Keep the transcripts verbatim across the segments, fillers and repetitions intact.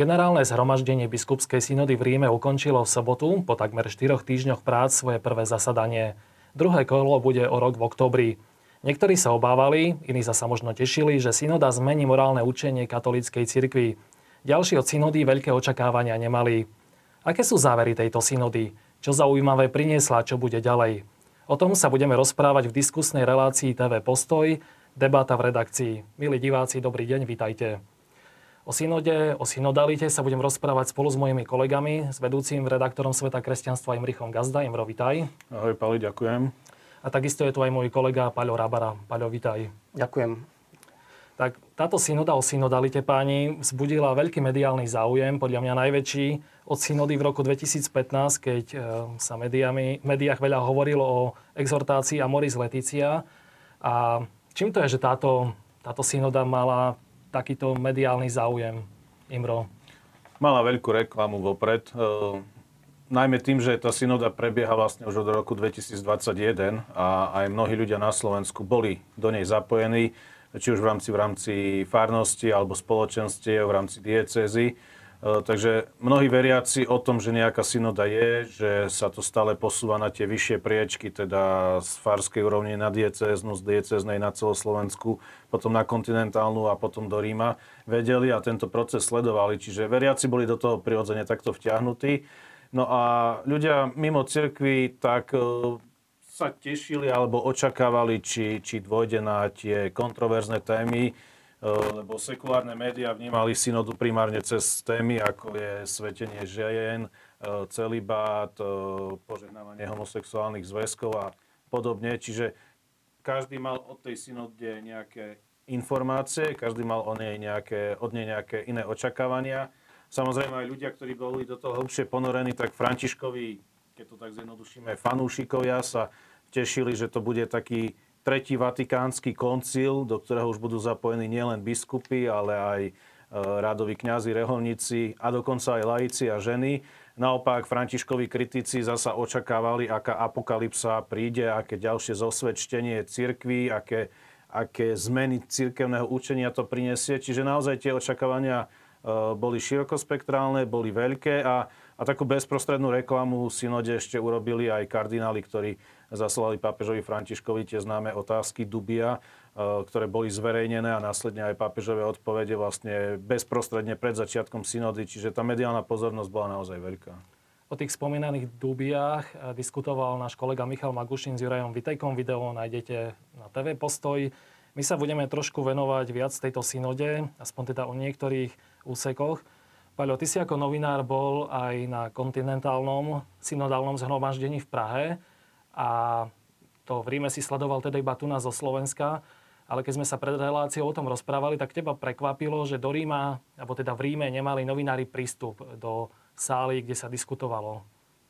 Generálne zhromaždenie biskupskej synody v Ríme ukončilo v sobotu po takmer štyroch týždňoch prác svoje prvé zasadanie. Druhé kolo bude o rok v októbri. Niektorí sa obávali, iní sa možno tešili, že synoda zmení morálne učenie katolíckej cirkvi. Ďalší od synody veľké očakávania nemali. Aké sú závery tejto synody? Čo zaujímavé priniesla, čo bude ďalej? O tom sa budeme rozprávať v diskusnej relácii té vé Postoj, debata v redakcii. Milí diváci, dobrý deň, vítajte. O synode, o synodalite sa budem rozprávať spolu s mojimi kolegami, s vedúcim redaktorom Sveta kresťanstva Imrichom Gazda. Imro, vitaj. Ahoj, Pali, ďakujem. A takisto je tu aj môj kolega Paľo Rabara. Paľo, vitaj. Ďakujem. Tak táto synoda o synodalite, páni, vzbudila veľký mediálny záujem, podľa mňa najväčší od synody v roku dvetisícpätnásť, keď e, sa médiami, v médiách veľa hovorilo o exhortácii Amoris Laetitia. A čím to je, že táto, táto synoda mala takýto mediálny záujem, Imro? Mala veľkú reklamu vopred. E, najmä tým, že tá synoda prebieha vlastne už od roku dvetisícdvadsaťjeden a aj mnohí ľudia na Slovensku boli do nej zapojení, či už v rámci, v rámci farnosti alebo spoločenstiev, v rámci diecézy. E, takže mnohí veriaci o tom, že nejaká synoda je, že sa to stále posúva na tie vyššie priečky, teda z farskej úrovne na diecéznu, z diecéznej na celoslovensku, potom na kontinentálnu a potom do Ríma, vedeli a tento proces sledovali. Čiže veriaci boli do toho prirodzene takto vtiahnutí. No a ľudia mimo cirkvi tak e, sa tešili alebo očakávali, či, či dôjde na tie kontroverzné témy, lebo sekulárne médiá vnímali synodu primárne cez témy, ako je svetenie žien, celibát, požehnávanie homosexuálnych zväzkov a podobne. Čiže každý mal od tej synode nejaké informácie, každý mal od nej nejaké, od nej nejaké iné očakávania. Samozrejme aj ľudia, ktorí boli do toho hlbšie ponorení, tak Františkovi, keď to tak zjednodušíme, fanúšikovia sa tešili, že to bude taký tretí vatikánsky koncil, do ktorého už budú zapojení nielen biskupy, ale aj rádoví kňazi, reholníci a dokonca aj laici a ženy. Naopak Františkovi kritici zasa očakávali, aká apokalypsa príde, aké ďalšie zosvedčenie cirkvi, aké, aké zmeny cirkevného učenia to prinesie. Čiže naozaj tie očakávania boli širokospektrálne, boli veľké a, a takú bezprostrednú reklamu synode ešte urobili aj kardináli, ktorí zaslali pápežovi Františkovi tie známe otázky Dubia, ktoré boli zverejnené a následne aj pápežové odpovede vlastne bezprostredne pred začiatkom synody, čiže tá mediálna pozornosť bola naozaj veľká. O tých spomínaných Dubiách diskutoval náš kolega Michal Magušin s Jurajom Vitejkom. Video nájdete na té vé Postoj. My sa budeme trošku venovať viac tejto synode, aspoň teda o niektorých úsekoch. Paľo, ty si ako novinár bol aj na kontinentálnom synodálnom zhromaždení v Prahe a to v Ríme si sledoval teda iba tu nás zo Slovenska, ale keď sme sa pred reláciou o tom rozprávali, tak teba prekvapilo, že do Ríma, alebo teda v Ríme nemali novinári prístup do sály, kde sa diskutovalo.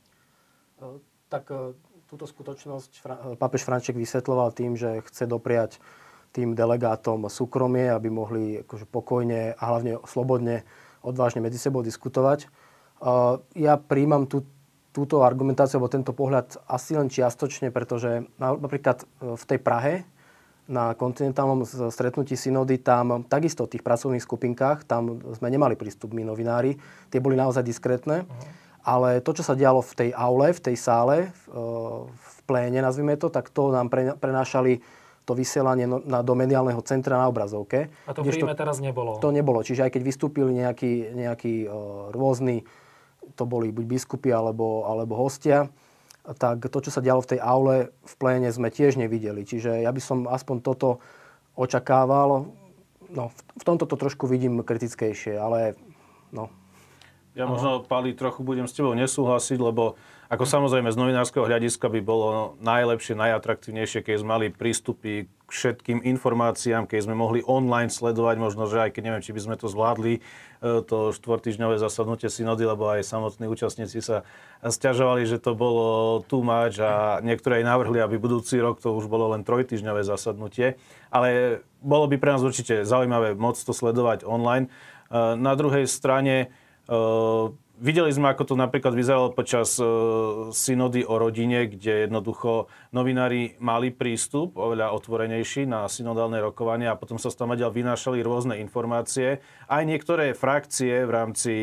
Tak túto skutočnosť pápež František vysvetľoval tým, že chce dopriať tým delegátom súkromie, aby mohli akože pokojne a hlavne slobodne, odvážne medzi sebou diskutovať. Ja príjmam tú, túto argumentáciu, alebo tento pohľad asi len čiastočne, pretože napríklad v tej Prahe na kontinentálnom stretnutí synody tam takisto v tých pracovných skupinkách, tam sme nemali prístup my novinári, tie boli naozaj diskrétne. Uh-huh. Ale to, čo sa dialo v tej aule, v tej sále, v, v pléne, nazvime to, tak to nám pre, prenášali to vysielanie na, do mediálneho centra na obrazovke. A to v Ríme teraz nebolo? To nebolo. Čiže aj keď vystúpili nejakí, nejakí uh, rôzni, to boli buď biskupy alebo, alebo hostia, tak to, čo sa dialo v tej aule, v pléne sme tiež nevideli. Čiže ja by som aspoň toto očakával. No, v, v tomto to trošku vidím kritickejšie, ale no... Ja možno, Pali, trochu budem s tebou nesúhlasiť, lebo ako samozrejme z novinárskeho hľadiska by bolo najlepšie, najatraktívnejšie, keď sme mali prístupy k všetkým informáciám, keď sme mohli online sledovať, možno, že aj keď neviem, či by sme to zvládli, to štvortýždňové zasadnutie synody, lebo aj samotní účastníci sa sťažovali, že to bolo too much a niektoré aj navrhli, aby budúci rok to už bolo len trojtýždňové zasadnutie. Ale bolo by pre nás určite zaujímavé môcť to sledovať online. Na druhej strane videli sme, ako to napríklad vyzeralo počas e, synody o rodine, kde jednoducho novinári mali prístup oveľa otvorenejší na synodálne rokovanie a potom sa tam ďalej vynášali rôzne informácie. Aj niektoré frakcie v rámci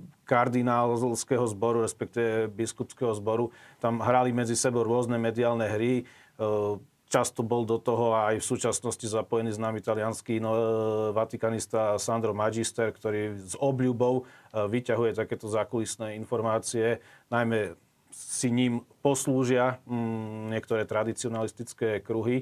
kardinálskeho zboru, respektíve biskupského zboru, tam hrali medzi sebou rôzne mediálne hry. E, Často bol do toho aj v súčasnosti zapojený známy taliansky no, vatikanista Sandro Magister, ktorý s obľubou vyťahuje takéto zákulisné informácie. Najmä si ním poslúžia mm, niektoré tradicionalistické kruhy.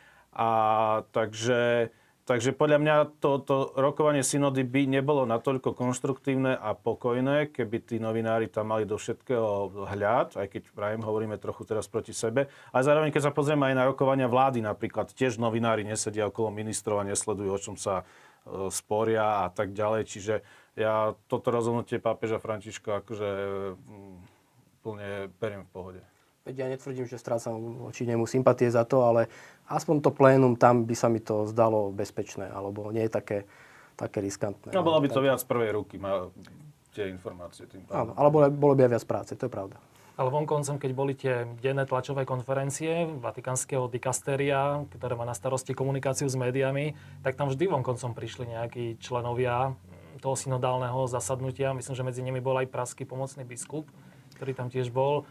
A takže... Takže podľa mňa toto to rokovanie synody by nebolo natoľko konštruktívne a pokojné, keby tí novinári tam mali do všetkého hľad, aj keď prajem, hovoríme trochu teraz proti sebe. Ale zároveň, keď sa pozrieme aj na rokovania vlády napríklad, tiež novinári nesedia okolo ministrov a nesledujú, o čom sa e, sporia a tak ďalej. Čiže ja toto rozhodnutie pápeža Františka akože m, úplne beriem v pohode. Veď ja netvrdím, že strácam voči nemu sympatie za to, ale aspoň to plénum, tam by sa mi to zdalo bezpečné, alebo nie je také, také riskantné. No, bolo by to viac prvej ruky, má tie informácie. Tým Áno, ale bolo, bolo by aj viac práce, to je pravda. Ale vonkoncom, keď boli tie denné tlačové konferencie Vatikánskeho dikasteria, ktoré má na starosti komunikáciu s médiami, tak tam vždy vonkoncom prišli nejakí členovia toho synodálneho zasadnutia. Myslím, že medzi nimi bol aj pražský pomocný biskup, ktorý tam tiež bol.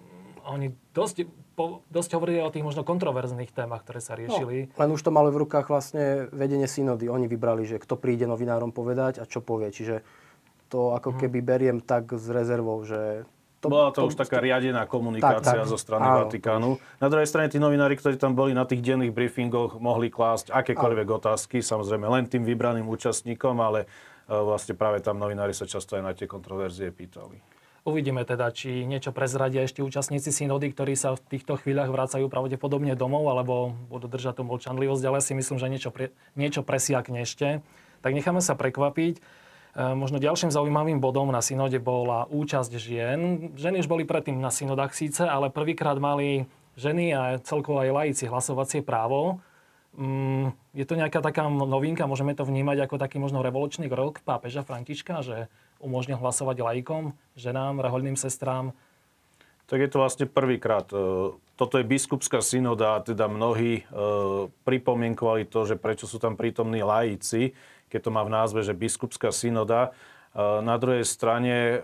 Oni dosť, po, dosť hovorili o tých možno kontroverzných témach, ktoré sa riešili. No, len už to mali v rukách vlastne vedenie synody. Oni vybrali, že kto príde novinárom povedať a čo povie. Čiže to ako keby beriem tak s rezervou, že... To, Bola to, to už taká riadená komunikácia tak, tak. zo strany Áno. Vatikánu. Na druhej strane tí novinári, ktorí tam boli na tých denných briefingoch, mohli klásť akékoľvek Áno. otázky, samozrejme len tým vybraným účastníkom, ale uh, vlastne práve tam novinári sa často aj na tie kontroverzie pýtali. Uvidíme teda, či niečo prezradia ešte účastníci synody, ktorí sa v týchto chvíľach vracajú pravdepodobne domov, alebo budú držať tú mlčanlivosť, ale si myslím, že niečo, pre, niečo presiakne ešte. Tak necháme sa prekvapiť. E, možno ďalším zaujímavým bodom na synode bola účasť žien. Ženy už boli predtým na synodách síce, ale prvýkrát mali ženy a celkovo aj laici hlasovacie právo. Mm, je to nejaká taká novinka, môžeme to vnímať ako taký možno revolučný krok pápeža Františka, že umožnil hlasovať laikom, ženám, rehoľným sestrám? Tak je to vlastne prvýkrát. Toto je biskupská synoda, teda mnohí e, pripomienkovali to, že prečo sú tam prítomní laici, keď to má v názve, že biskupská synoda. E, na druhej strane e,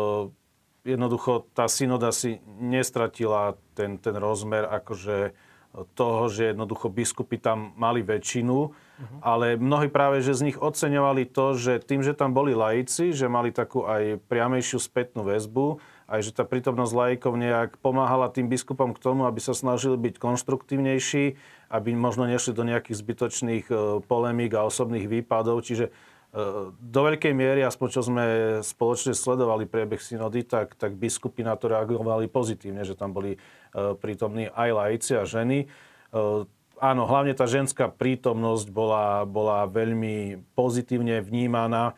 jednoducho tá synoda si nestratila ten, ten rozmer akože toho, že jednoducho biskupy tam mali väčšinu, uh-huh. ale mnohí práve, že z nich oceňovali to, že tým, že tam boli laici, že mali takú aj priamejšiu spätnú väzbu, aj že tá prítomnosť laikov nejak pomáhala tým biskupom k tomu, aby sa snažili byť konštruktívnejší, aby možno nešli do nejakých zbytočných polemík a osobných výpadov. Čiže do veľkej miery, aspoň čo sme spoločne sledovali priebeh synody, tak, tak biskupy na to reagovali pozitívne, že tam boli prítomní aj laici a ženy. Áno, hlavne tá ženská prítomnosť bola, bola veľmi pozitívne vnímaná.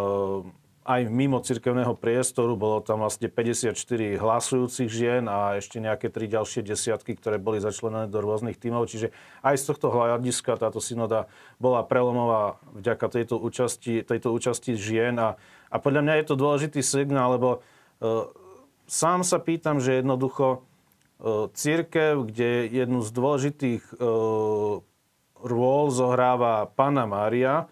Aj mimo cirkevného priestoru bolo tam vlastne päťdesiatštyri hlasujúcich žien a ešte nejaké tri ďalšie desiatky, ktoré boli začlenené do rôznych tímov. Čiže aj z tohto hľadiska táto synoda bola prelomová vďaka tejto účasti, tejto účasti žien. A, a podľa mňa je to dôležitý signál, lebo e, sám sa pýtam, že jednoducho e, cirkev, kde jednu z dôležitých e, rôl zohráva Panna Mária,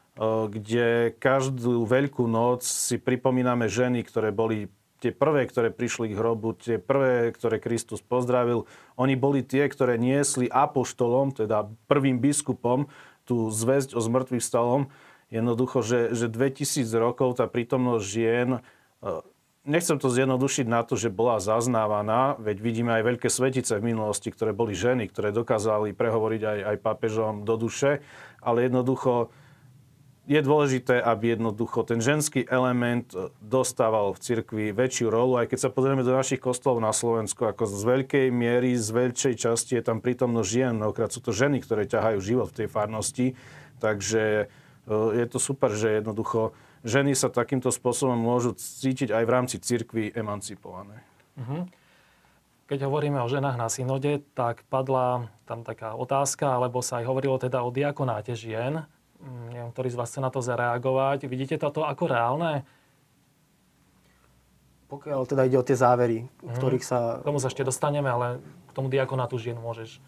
kde každú veľkú noc si pripomíname ženy, ktoré boli tie prvé, ktoré prišli k hrobu, tie prvé, ktoré Kristus pozdravil. Oni boli tie, ktoré niesli apoštolom, teda prvým biskupom, tú zvesť o zmrtvých stalom. Jednoducho, že, že dvetisíc rokov tá prítomnosť žien, nechcem to zjednodušiť na to, že bola zaznávaná, veď vidíme aj veľké svetice v minulosti, ktoré boli ženy, ktoré dokázali prehovoriť aj, aj pápežom do duše, ale jednoducho je dôležité, aby jednoducho ten ženský element dostával v cirkvi väčšiu rolu. Aj keď sa pozrieme do našich kostolov na Slovensku, ako z veľkej miery, z veľkej časti je tam prítomnosť žien. Mnohokrát sú to ženy, ktoré ťahajú život v tej farnosti. Takže je to super, že jednoducho ženy sa takýmto spôsobom môžu cítiť aj v rámci cirkvi emancipované. Uh-huh. Keď hovoríme o ženách na synode, tak padla tam taká otázka, alebo sa aj hovorilo teda o diakonáte žien. Neviem, ktorý z vás chce na to zareagovať. Vidíte toto ako reálne? Pokiaľ teda ide o tie závery, v ktorých sa... K tomu sa ešte dostaneme, ale k tomu diakonátu žien môžeš.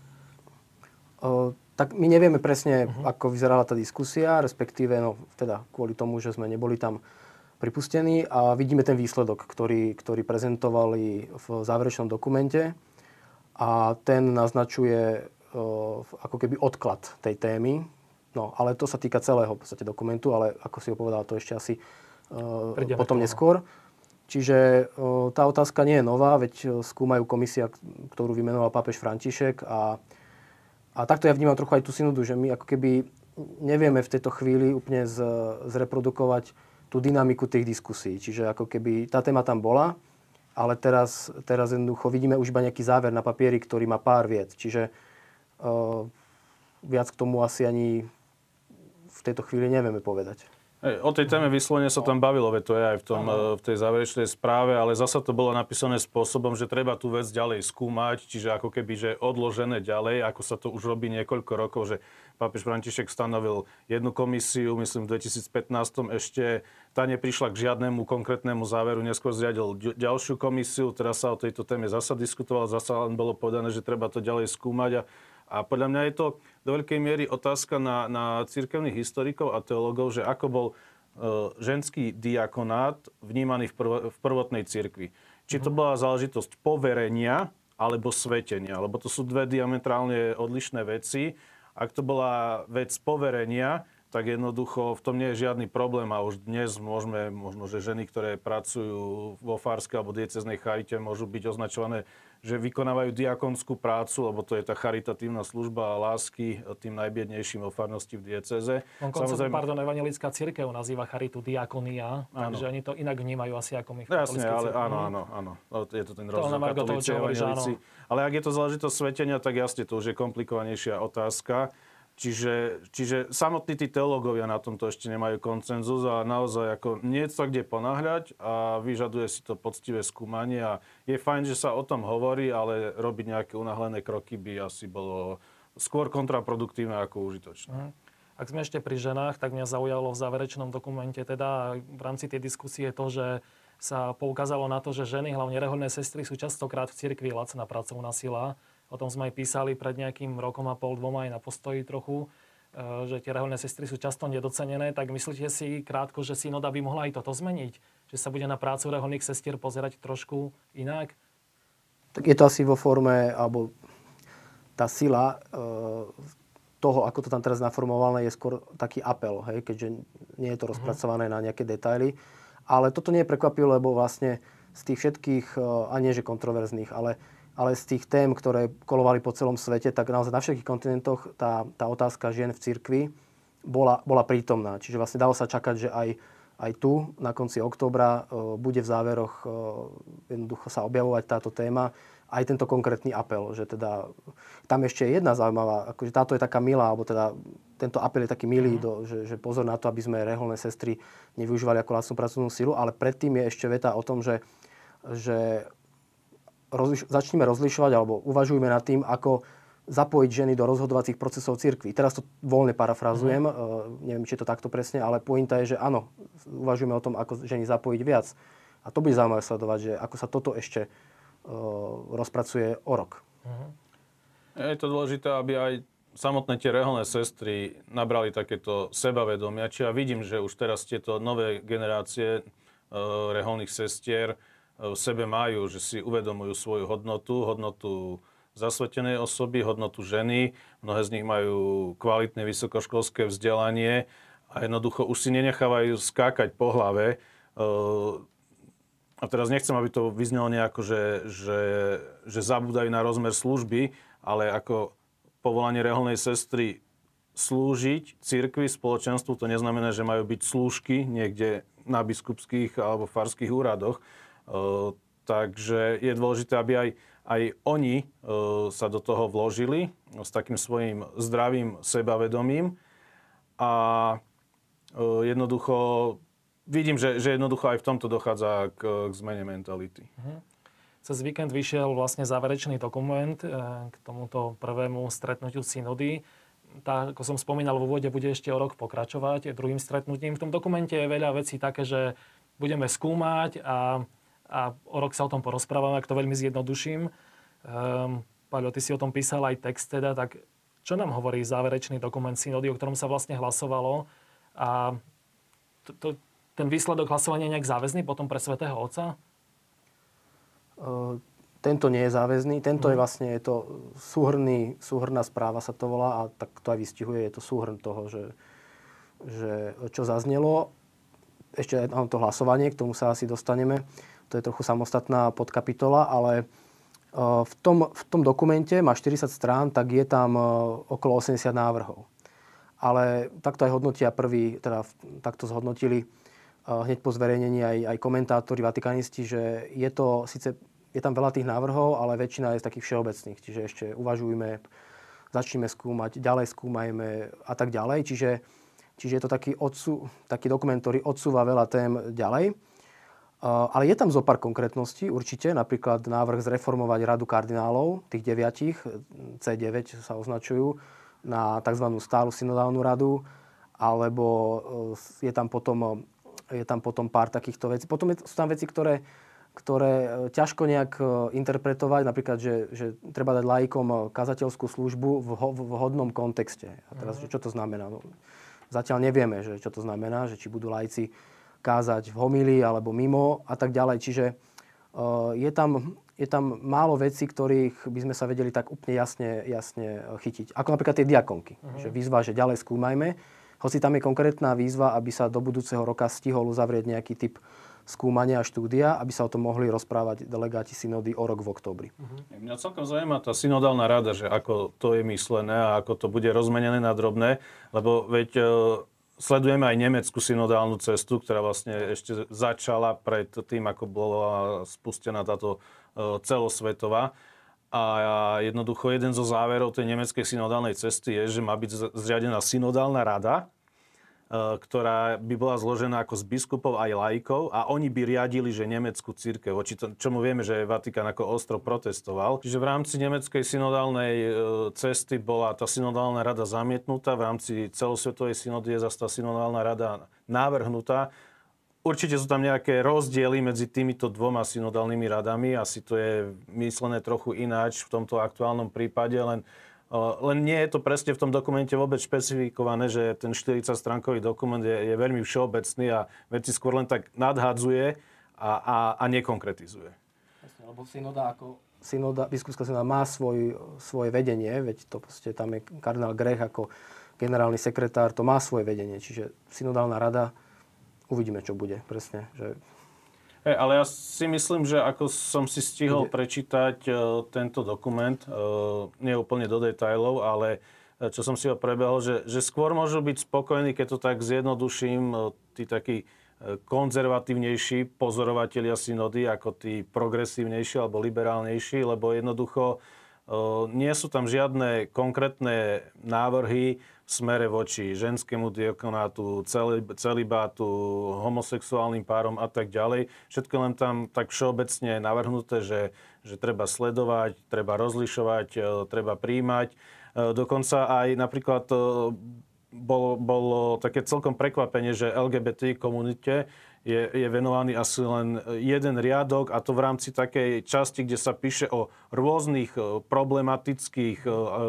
Uh, tak my nevieme presne, uh-huh. ako vyzerala tá diskusia, respektíve, no teda kvôli tomu, že sme neboli tam pripustení a vidíme ten výsledok, ktorý, ktorý prezentovali v záverečnom dokumente a ten naznačuje uh, ako keby odklad tej témy. No, ale to sa týka celého v podstate dokumentu, ale ako si ho povedal, to ešte asi uh, potom neskôr. Čiže uh, tá otázka nie je nová, veď skúmajú komisia, ktorú vymenoval pápež František a, a takto ja vnímam trochu aj tú synodu, že my ako keby nevieme v tejto chvíli úplne z, zreprodukovať tú dynamiku tých diskusí. Čiže ako keby tá téma tam bola, ale teraz, teraz jednoducho vidíme už iba nejaký záver na papieri, ktorý má pár viet. Čiže uh, viac k tomu asi ani v tejto chvíli nevieme povedať. Hej, o tej téme vyslovene sa tam bavilo, veď to je aj v, tom, v tej záverečnej správe, ale zasa to bolo napísané spôsobom, že treba tú vec ďalej skúmať, čiže ako keby, že odložené ďalej, ako sa to už robí niekoľko rokov, že pápež František stanovil jednu komisiu, myslím v dvetisícpätnásť ešte, tá neprišla k žiadnemu konkrétnemu záveru, neskôr zriadil ďalšiu komisiu, teraz sa o tejto téme zasa diskutovalo, zasa len bolo povedané, že treba to ďalej skúmať a A podľa mňa je to do veľkej miery otázka na, na cirkevných historikov a teológov, že ako bol e, ženský diakonát vnímaný v, prv, v prvotnej cirkvi. Či to bola záležitosť poverenia alebo svetenia, lebo to sú dve diametrálne odlišné veci. Ak to bola vec poverenia, tak jednoducho v tom nie je žiadny problém a už dnes môžeme, možno, že ženy, ktoré pracujú vo farskej alebo diecéznej charite, môžu byť označované, že vykonávajú diakonskú prácu, lebo to je tá charitatívna služba a lásky tým najbiednejším vo farnosti v diecéze. Samozrejme, pardon, evangelická cirkev nazýva charitu diakonia, takže oni to inak vnímajú asi ako my v katolíckej cirkvi. Jasne, ale áno, áno, áno. Je to ten rozdiel katolíci, evangelíci. Ale ak je to záležitosť svetenia, tak jasne, to už je komplikovanejšia otázka. Čiže, čiže samotní tí teológovia na tomto ešte nemajú koncenzus a naozaj ako nie je to kde ponáhľať a vyžaduje si to poctivé skúmanie a je fajn, že sa o tom hovorí, ale robiť nejaké unáhlené kroky by asi bolo skôr kontraproduktívne ako užitočné. Mhm. Ak sme ešte pri ženách, tak mňa zaujalo v záverečnom dokumente teda v rámci tej diskusie to, že sa poukázalo na to, že ženy, hlavne rehoľné sestry, sú častokrát v cirkvi lacná pracovná sila. O tom sme aj písali pred nejakým rokom a pol, dvoma aj na Postoji trochu, že tie rehoľné sestry sú často nedocenené. Tak myslíte si krátko, že synoda by mohla aj toto zmeniť? Že sa bude na prácu rehoľných sestier pozerať trošku inak? Tak je to asi vo forme, alebo tá sila toho, ako to tam teraz naformované, je skôr taký apel, hej? Keďže nie je to rozpracované na nejaké detaily. Ale toto nie je prekvapivé, lebo vlastne z tých všetkých, a nie že kontroverzných, ale ale z tých tém, ktoré kolovali po celom svete, tak naozaj na všetkých kontinentoch tá, tá otázka žien v cirkvi bola, bola prítomná. Čiže vlastne dalo sa čakať, že aj, aj tu na konci októbra e, bude v záveroch e, jednoducho sa objavovať táto téma. Aj tento konkrétny apel, že teda tam ešte je jedna zaujímavá, akože táto je taká milá, alebo teda tento apel je taký milý, mm. do, že, že pozor na to, aby sme reholné sestry nevyužívali ako lacnú pracovnú silu, ale predtým je ešte veta o tom, že, že Rozliš- začneme rozlišovať alebo uvažujme nad tým, ako zapojiť ženy do rozhodovacích procesov cirkvi. Teraz to voľne parafrazujem, mm. uh, neviem, či je to takto presne, ale pointa je, že áno, uvažujeme o tom, ako ženy zapojiť viac. A to bude zaujímavé sledovať, že ako sa toto ešte uh, rozpracuje o rok. Mm. Je to dôležité, aby aj samotné tie reholné sestry nabrali takéto sebavedomia. Či ja vidím, že už teraz tieto nové generácie uh, reholných sestier v sebe majú, že si uvedomujú svoju hodnotu, hodnotu zasvetenej osoby, hodnotu ženy. Mnohé z nich majú kvalitné vysokoškolské vzdelanie a jednoducho už si nenechávajú skákať po hlave. A teraz nechcem, aby to vyznelo nejako, že, že, že zabúdajú na rozmer služby, ale ako povolanie reholnej sestry slúžiť cirkvi, spoločenstvu, to neznamená, že majú byť slúžky niekde na biskupských alebo farských úradoch. Uh, takže je dôležité, aby aj, aj oni uh, sa do toho vložili no, s takým svojím zdravým sebavedomím a uh, jednoducho vidím, že, že jednoducho aj v tomto dochádza k, k zmene mentality. Uh-huh. Cez víkend vyšiel vlastne záverečný dokument uh, k tomuto prvému stretnutiu synody. Tá, ako som spomínal v úvode, bude ešte o rok pokračovať druhým stretnutím. V tom dokumente je veľa vecí také, že budeme skúmať a a o rok sa o tom porozprávame, ak to veľmi zjednoduším. Um, Paľo, ty si o tom písal aj text teda, tak čo nám hovorí záverečný dokument synody, o ktorom sa vlastne hlasovalo a to, to, ten výsledok hlasovania je nejak záväzný potom pre Svätého Otca? Uh, tento nie je záväzný. Tento mm. je vlastne je to súhrný, súhrná správa sa to volá a tak to aj vystihuje. Je to súhrn toho, že, že čo zaznelo. Ešte aj to hlasovanie, k tomu sa asi dostaneme. To je trochu samostatná podkapitola, ale uh, v tom, v tom dokumente má štyridsať strán, tak je tam uh, okolo osemdesiat návrhov. Ale takto aj hodnotia prvý, teda takto zhodnotili hneď po zverejnení aj, aj komentátori, vatikánisti, že je to, síce je tam veľa tých návrhov, ale väčšina je z takých všeobecných. Čiže ešte uvažujme, začneme skúmať, ďalej skúmajme a tak ďalej. Čiže, čiže je to taký, odsú, taký dokument, ktorý odsúva veľa tém ďalej. Ale je tam zo pár konkrétností určite, napríklad návrh zreformovať radu kardinálov, tých deviatich, cé deväť sa označujú, na tzv. Stálu synodálnu radu, alebo je tam potom je tam potom pár takýchto vecí. Potom sú tam veci, ktoré, ktoré ťažko nejak interpretovať, napríklad, že, že treba dať laikom kazateľskú službu v, ho, v vhodnom kontexte. A teraz, že čo to znamená? No, zatiaľ nevieme, že čo to znamená, že či budú laici kázať v homílii alebo mimo a tak ďalej. Čiže uh, je, tam, je tam málo vecí, ktorých by sme sa vedeli tak úplne jasne, jasne chytiť. Ako napríklad tie diakonky. Uh-huh. Že výzva, že ďalej skúmajme. Hoci tam je konkrétna výzva, aby sa do budúceho roka stihol uzavrieť nejaký typ skúmania a štúdia, aby sa o tom mohli rozprávať delegáti synody o rok v októbri. Uh-huh. Mňa celkom zaujíma tá synodálna rada, že ako to je myslené a ako to bude rozmenené na drobné, lebo veď e, sledujeme aj nemeckú synodálnu cestu, ktorá vlastne ešte začala pred tým, ako bola spustená táto e, celosvetová. A jednoducho jeden zo záverov tej nemeckej synodálnej cesty je, že má byť zriadená synodálna rada, ktorá by bola zložená ako z biskupov aj laikov a oni by riadili, že nemeckú cirkev, voči čomu vieme, že Vatikán ako ostro protestoval. Čiže v rámci nemeckej synodálnej cesty bola tá synodálna rada zamietnutá, v rámci celosvetovej synody je zase tá synodálna rada navrhnutá. Určite sú tam nejaké rozdiely medzi týmito dvoma synodálnymi radami. Asi to je myslené trochu ináč v tomto aktuálnom prípade, len, len nie je to presne v tom dokumente vôbec špecifikované, že ten štyridsaťstránkový dokument je, je veľmi všeobecný a veci skôr len tak nadhadzuje a, a, a nekonkretizuje. Jasne, lebo synoda ako synoda, biskupská synoda má svoj, svoje vedenie, veď to proste tam je kardinál Grech ako generálny sekretár, to má svoje vedenie. Čiže synodálna rada, uvidíme, čo bude, presne. Že... Hey, ale ja si myslím, že ako som si stihol bude... prečítať uh, tento dokument, uh, nie úplne do detailov, ale uh, čo som si ho prebehol, že, že skôr môžu byť spokojní, keď to tak zjednoduším, uh, tí takí uh, konzervatívnejší pozorovatelia synody, ako tí progresívnejší alebo liberálnejší, lebo jednoducho uh, nie sú tam žiadne konkrétne návrhy v smere voči ženskému diakonátu, celibátu, homosexuálnym párom a tak ďalej. Všetko len tam tak všeobecne navrhnuté, že, že treba sledovať, treba rozlišovať, treba prijímať. Dokonca aj napríklad bolo, bolo také celkom prekvapenie, že el gé bé té komunite je, je venovaný asi len jeden riadok, a to v rámci takej časti, kde sa píše o rôznych problematických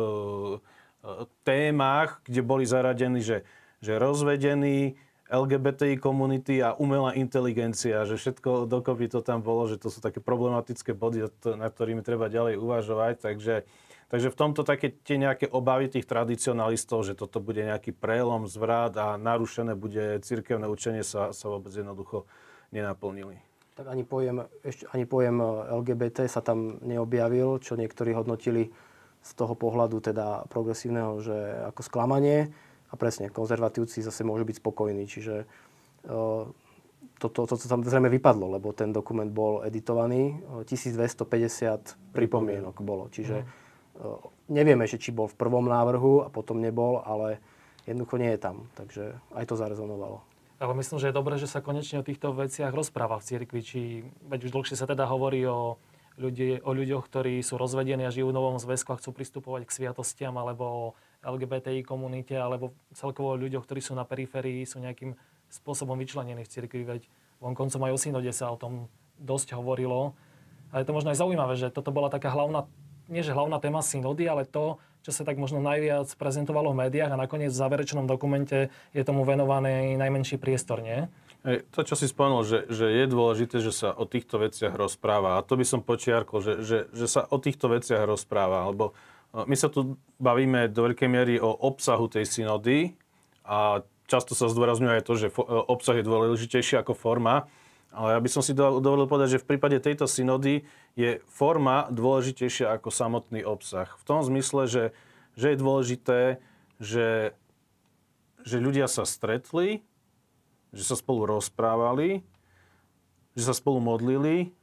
témach, kde boli zaradení, že, že rozvedení, el gé bé té í komunity a umelá inteligencia, že všetko dokopy to tam bolo, že to sú také problematické body, nad ktorými treba ďalej uvažovať. Takže, takže v tomto také tie nejaké obavy tých tradicionalistov, že toto bude nejaký prelom, zvrat a narušené bude cirkevné učenie, sa, sa vôbec jednoducho nenaplnili. Tak ani pojem, ešte, ani pojem el gé bé té sa tam neobjavil, čo niektorí hodnotili z toho pohľadu teda progresívneho, že ako sklamanie, a presne, konzervatívci zase môžu byť spokojní. Čiže uh, toto to, to, to tam zrejme vypadlo, lebo ten dokument bol editovaný, tisícdvestopäťdesiat pripomienok bolo. Čiže uh, nevieme, že či bol v prvom návrhu a potom nebol, ale jednoducho nie je tam. Takže aj to zarezonovalo. Ale myslím, že je dobré, že sa konečne o týchto veciach rozpráva v cirkvi. Či, veď už dlhšie sa teda hovorí o Ľudí, o ľuďoch, ktorí sú rozvedení a žijú v novom zväzku a chcú pristupovať k sviatostiam, alebo o el gé bé té í komunite, alebo celkovo o ľuďoch, ktorí sú na periférii, sú nejakým spôsobom vyčlenení v cirkvi. Veď vonkoncom aj o synode sa o tom dosť hovorilo. A je to možno aj zaujímavé, že toto bola taká hlavná, nie že hlavná téma synody, ale to, čo sa tak možno najviac prezentovalo v médiách a nakoniec v záverečnom dokumente je tomu venovaný najmenší priestor, nie? Hej, to, čo si spomenul, že, že je dôležité, že sa o týchto veciach rozpráva. A to by som počiarkol, že, že, že sa o týchto veciach rozpráva. Lebo my sa tu bavíme do veľkej miery o obsahu tej synody a často sa zdôrazňuje aj to, že obsah je dôležitejší ako forma. Ale ja by som si dovolil povedať, že v prípade tejto synody je forma dôležitejšia ako samotný obsah. V tom zmysle, že, že je dôležité, že, že ľudia sa stretli, že sa spolu rozprávali, že sa spolu modlili,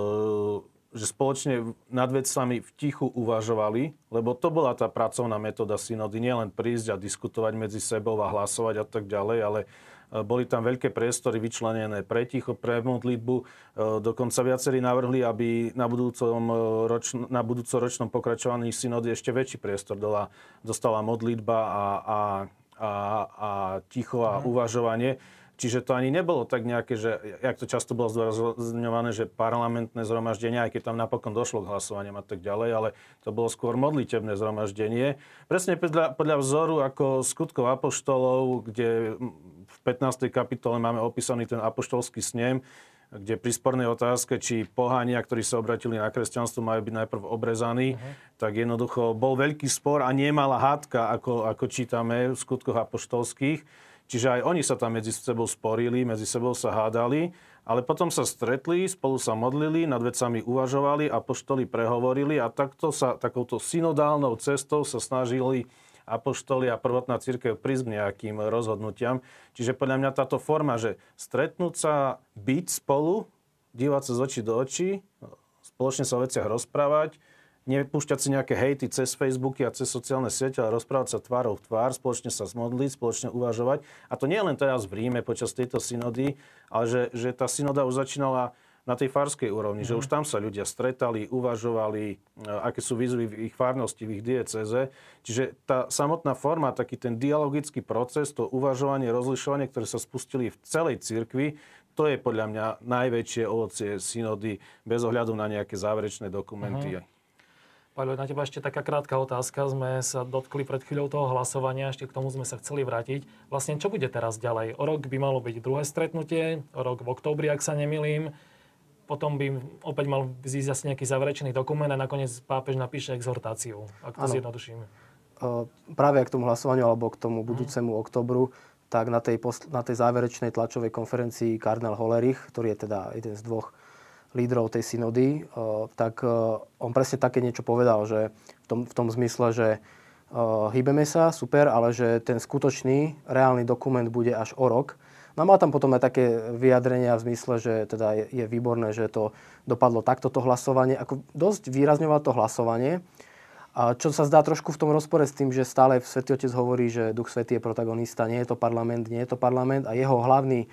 že spoločne nad vecami v tichu uvažovali, lebo to bola tá pracovná metóda synody, nielen prísť a diskutovať medzi sebou a hlasovať a tak ďalej, ale boli tam veľké priestory vyčlenené pre ticho, pre modlitbu. Dokonca viacerí navrhli, aby na, budúcom ročno, na budúcoročnom pokračovaní synody ešte väčší priestor dala, dostala modlitba a, a, a, a ticho a mm. uvažovanie. Čiže to ani nebolo tak nejaké, že, jak to často bolo zdôrazňované, že parlamentné zhromaždenie, aj keď tam napokon došlo k hlasovaniam a tak ďalej, ale to bolo skôr modlitebné zhromaždenie. Presne podľa, podľa vzoru ako skutkov apoštolov, kde v pätnástej kapitole máme opísaný ten apoštolský snem, kde pri spornej otázke, či pohánia, ktorí sa obratili na kresťanstvo, majú byť najprv obrezaní, uh-huh. tak jednoducho bol veľký spor a nemala hádka, ako, ako čítame v skutkoch apoštolských. Čiže aj oni sa tam medzi sebou sporili, medzi sebou sa hádali, ale potom sa stretli, spolu sa modlili, nad vecami uvažovali, apoštoli prehovorili a takto sa, takouto synodálnou cestou sa snažili apoštoli a prvotná cirkev prísť k nejakým rozhodnutiam. Čiže podľa mňa táto forma, že stretnúť sa, byť spolu, dívať sa z očí do očí, spoločne sa o veciach rozprávať, nepúšťať si nejaké hejty cez Facebooky a cez sociálne siete, ale rozprávať sa tvárou v tvár, spoločne sa zmodliť, spoločne uvažovať. A to nie len teraz v Ríme počas tejto synody, ale že, že tá synoda už začínala na tej farskej úrovni, mm. že už tam sa ľudia stretali, uvažovali, aké sú výzvy v ich farnosti, v ich diecéze. Čiže tá samotná forma, taký ten dialogický proces, to uvažovanie, rozlišovanie, ktoré sa spustili v celej cirkvi, to je podľa mňa najväčšie ovocie synody bez ohľadu na nejaké záverečné dokumenty. Mm. Paľo, na teba ešte taká krátka otázka. Sme sa dotkli pred chvíľou toho hlasovania, ešte k tomu sme sa chceli vrátiť. Vlastne, čo bude teraz ďalej? O rok by malo byť druhé stretnutie, o rok v októbri, ak sa nemýlim. Potom by opäť mal zísť asi nejaký záverečný dokument a nakoniec pápež napíše exhortáciu, ak to ano. Zjednoduším. Práve k tomu hlasovaniu alebo k tomu budúcemu hmm. októbru, tak na tej, posl- na tej záverečnej tlačovej konferencii kardinál Hollerich, ktorý je teda jeden z dvoch lídrov tej synody, tak on presne také niečo povedal, že v tom, v tom zmysle, že hýbeme sa, super, ale že ten skutočný, reálny dokument bude až o rok. No a má tam potom aj také vyjadrenia v zmysle, že teda je, je výborné, že to dopadlo takto to hlasovanie. Ako dosť výrazňovalo to hlasovanie. A čo sa zdá trošku v tom rozpore s tým, že stále Svätý Otec hovorí, že Duch Svätý je protagonista, nie je to parlament, nie je to parlament a jeho hlavný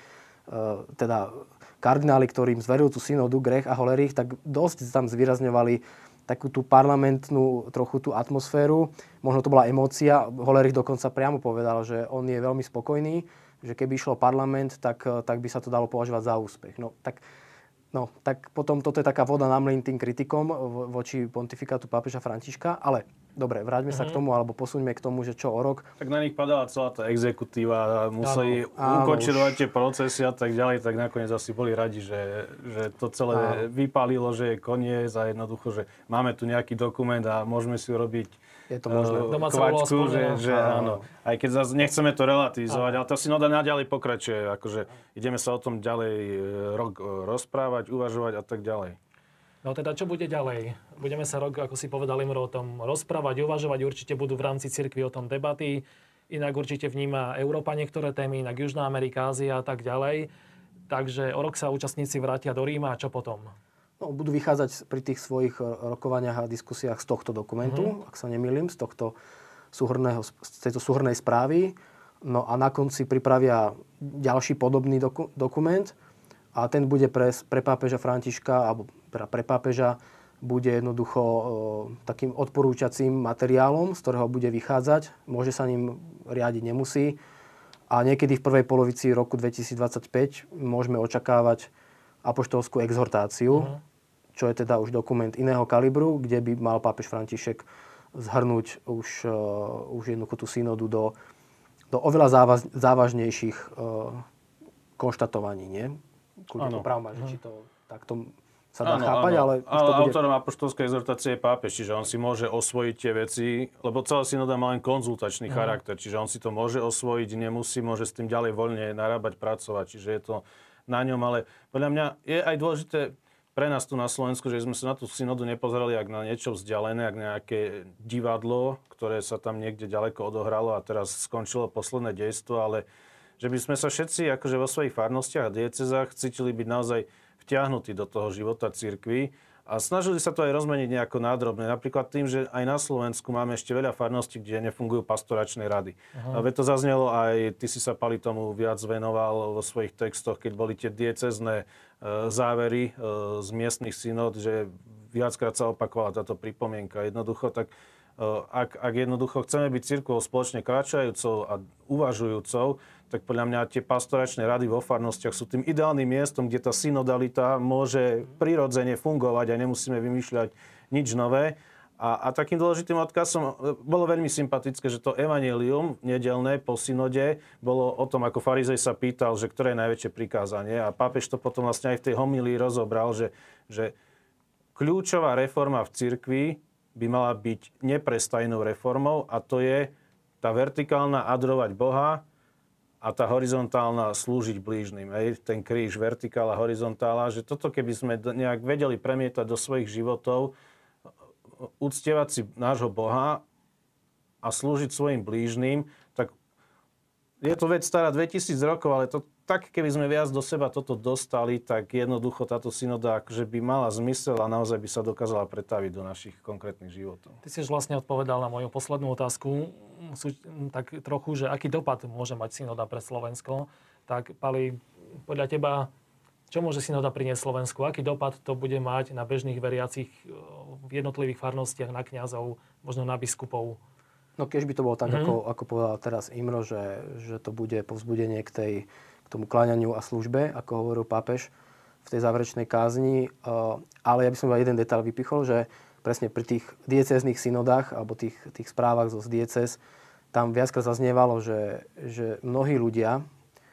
teda kardináli, ktorým zveril tú synodu, Grech a Hollerich, tak dosť tam zvýrazňovali takú tú parlamentnú, trochu tú atmosféru. Možno to bola emócia. Hollerich dokonca priamo povedal, že on je veľmi spokojný, že keby išlo parlament, tak, tak by sa to dalo považovať za úspech. No tak, no, tak potom toto je taká voda na mlyn tým kritikom voči pontifikátu pápeža Františka, ale dobre, vráťme sa mm-hmm. k tomu, alebo posuňme k tomu, že čo o rok. Tak na nich padala celá tá exekutíva, museli ukončirovať tie procesy a tak ďalej, tak nakoniec asi boli radi, že, že to celé áno. vypálilo, že je koniec a jednoducho, že máme tu nejaký dokument a môžeme si urobiť je to možné. Uh, kvačku, že, že áno. Aj keď zase nechceme to relativizovať, ale tá synoda naďalej pokračuje, akože ideme sa o tom ďalej rok rozprávať, uvažovať a tak ďalej. No teda, čo bude ďalej? Budeme sa rok, ako si povedal Imro, o tom rozprávať, uvažovať. Určite budú v rámci cirkvi o tom debaty. Inak určite vníma Európa niektoré témy, inak Južná Amerika, Ázia a tak ďalej. Takže o rok sa účastníci vrátia do Ríma a čo potom? No, budú vychádzať pri tých svojich rokovaniach a diskusiách z tohto dokumentu, mm-hmm. ak sa nemýlim, z, tohto súhrného, z tejto súhrnej správy. No a na konci pripravia ďalší podobný doku, dokument a ten bude pre, pre pápeža Františka, alebo pre pápeža bude jednoducho e, takým odporúčacím materiálom, z ktorého bude vychádzať. Môže sa ním riadiť, nemusí. A niekedy v prvej polovici roku dvetisícdvadsaťpäť môžeme očakávať apoštolskú exhortáciu, uh-huh. čo je teda už dokument iného kalibru, kde by mal pápež František zhrnúť už, uh, už jednoducho tú synodu do, do oveľa závaz, závažnejších uh, konštatovaní, nie? Kľudne to právom, že či to takto sa dá áno, chápať, áno. ale... Ale to bude... autorom apoštolskej exhortácie je pápež, čiže on si môže osvojiť tie veci, lebo celá synoda má len konzultačný uh-huh. charakter, čiže on si to môže osvojiť, nemusí, môže s tým ďalej voľne narábať, pracovať, čiže je to na ňom, ale podľa mňa je aj dôležité pre nás tu na Slovensku, že sme sa na tú synodu nepozerali ako na niečo vzdialené, ako nejaké divadlo, ktoré sa tam niekde ďaleko odohralo a teraz skončilo posledné dejstvo, ale že by sme sa všetci akože vo svojich farnostiach a diecezách cítili byť naozaj vtiahnutí do toho života cirkvi a snažili sa to aj rozmeniť nejako nádrobne. Napríklad tým, že aj na Slovensku máme ešte veľa farností, kde nefungujú pastoračné rady. Uh-huh. A veď to zaznelo aj, ty si sa, Pali, tomu viac venoval vo svojich textoch, keď boli tie diecezné e, závery e, z miestnych synod, že viackrát sa opakovala táto pripomienka. Jednoducho, tak e, ak, ak jednoducho chceme byť cirkvou spoločne kráčajúcou a uvažujúcou, tak podľa mňa tie pastoračné rady vo farnostiach sú tým ideálnym miestom, kde tá synodalita môže prirodzene fungovať a nemusíme vymýšľať nič nové. A, a takým dôležitým odkazom bolo veľmi sympatické, že to evanjelium nedelné po synode bolo o tom, ako farizej sa pýtal, že ktoré je najväčšie prikázanie. A pápež to potom vlastne aj v tej homílii rozobral, že, že kľúčová reforma v cirkvi by mala byť neprestajnou reformou a to je tá vertikálna adorovať Boha, a tá horizontálna slúžiť blížnym. Hej? Ten kríž, vertikála, horizontála, že toto keby sme nejak vedeli premietať do svojich životov, uctievať si nášho Boha a slúžiť svojim blížnym, tak je to vec stará dvetisíc rokov, ale to tak, keby sme viac do seba toto dostali, tak jednoducho táto synoda akože by mala zmysel a naozaj by sa dokázala pretaviť do našich konkrétnych životov. Ty si už vlastne odpovedal na moju poslednú otázku, sú, tak trochu, že aký dopad môže mať synoda pre Slovensko. Tak, Pali, podľa teba, čo môže synoda priniesť Slovensku? Aký dopad to bude mať na bežných veriacich v jednotlivých farnostiach, na kňazov, možno na biskupov? No keď by to bolo tak, mm. ako, ako povedal teraz Imro, že, že to bude povzbudenie k tej tomu kláňaniu a službe, ako hovoril pápež v tej záverečnej kázni. Ale ja by som iba jeden detail vypichol, že presne pri tých diecéznych synodách alebo tých, tých správach zo diecéz tam viackrát zaznievalo, že, že mnohí ľudia,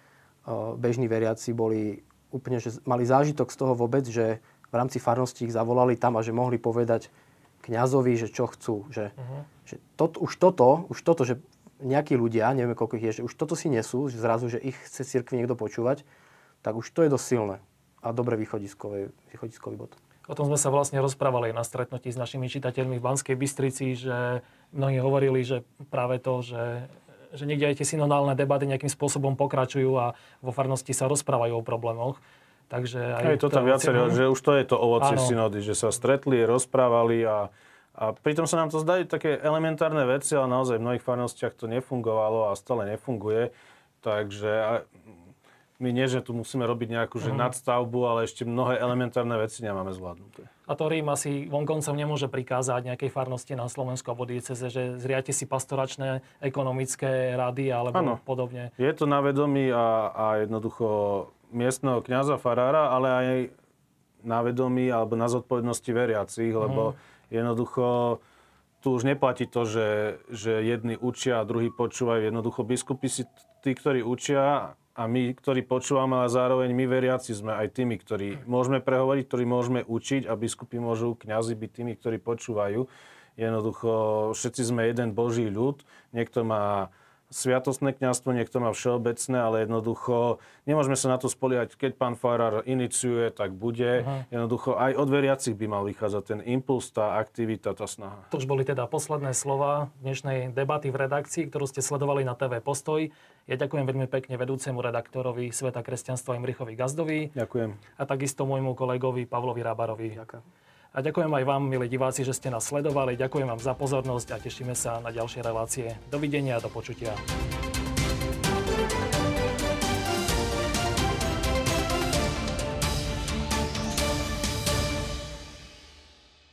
bežní veriaci, boli úplne, že mali zážitok z toho vôbec, že v rámci farnosti ich zavolali tam a že mohli povedať kňazovi, že čo chcú. Že, uh-huh. že to, už toto, už toto, že nejakí ľudia, nevieme koľko ich je, že už toto si nesú, že zrazu, že ich chce cirkvi niekto počúvať, tak už to je dosť silné a dobre východiskový, východiskový bod. O tom sme sa vlastne rozprávali na stretnutí s našimi čitateľmi v Banskej Bystrici, že mnohí hovorili, že práve to, že, že niekde aj tie synodálne debaty nejakým spôsobom pokračujú a vo farnosti sa rozprávajú o problémoch. Takže aj, aj to tam viacero, že už to je to ovocie synody, že sa stretli, rozprávali a A pritom sa nám to zdajú také elementárne veci, ale naozaj v mnohých farnostiach to nefungovalo a stále nefunguje. Takže my nie, že tu musíme robiť nejakú že nadstavbu, ale ešte mnohé elementárne veci nemáme zvládnuté. A to Rím asi vonkoncom nemôže prikázať nejakej farnosti na Slovensku alebo dieceze, že zriate si pastoračné ekonomické rady alebo ano, podobne. Je to na vedomí a, a jednoducho miestneho kňaza, farára, ale aj na vedomí alebo na zodpovednosti veriacich, lebo hmm. Jednoducho, tu už neplatí to, že, že jedni učia a druhí počúvajú. Jednoducho, biskupy si tí, ktorí učia a my, ktorí počúvame, ale zároveň my veriaci sme aj tými, ktorí môžeme prehovoriť, ktorí môžeme učiť a biskupy môžu, kňazi byť tými, ktorí počúvajú. Jednoducho, všetci sme jeden Boží ľud. Niekto má sviatostné kňazstvo, niekto má všeobecné, ale jednoducho nemôžeme sa na to spoliehať, keď pán farár iniciuje, tak bude. Aha. Jednoducho aj od veriacich by mal vychádzať ten impuls, tá aktivita, tá snaha. To už boli teda posledné slova dnešnej debaty v redakcii, ktorú ste sledovali na té vé Postoj. Ja ďakujem veľmi pekne vedúcemu redaktorovi Sveta kresťanstva Imrichovi Gazdovi. Ďakujem. A takisto môjmu kolegovi Pavlovi Rábarovi. Ďakujem. A ďakujem aj vám, milí diváci, že ste nás sledovali. Ďakujem vám za pozornosť a tešíme sa na ďalšie relácie. Dovidenia a do počutia.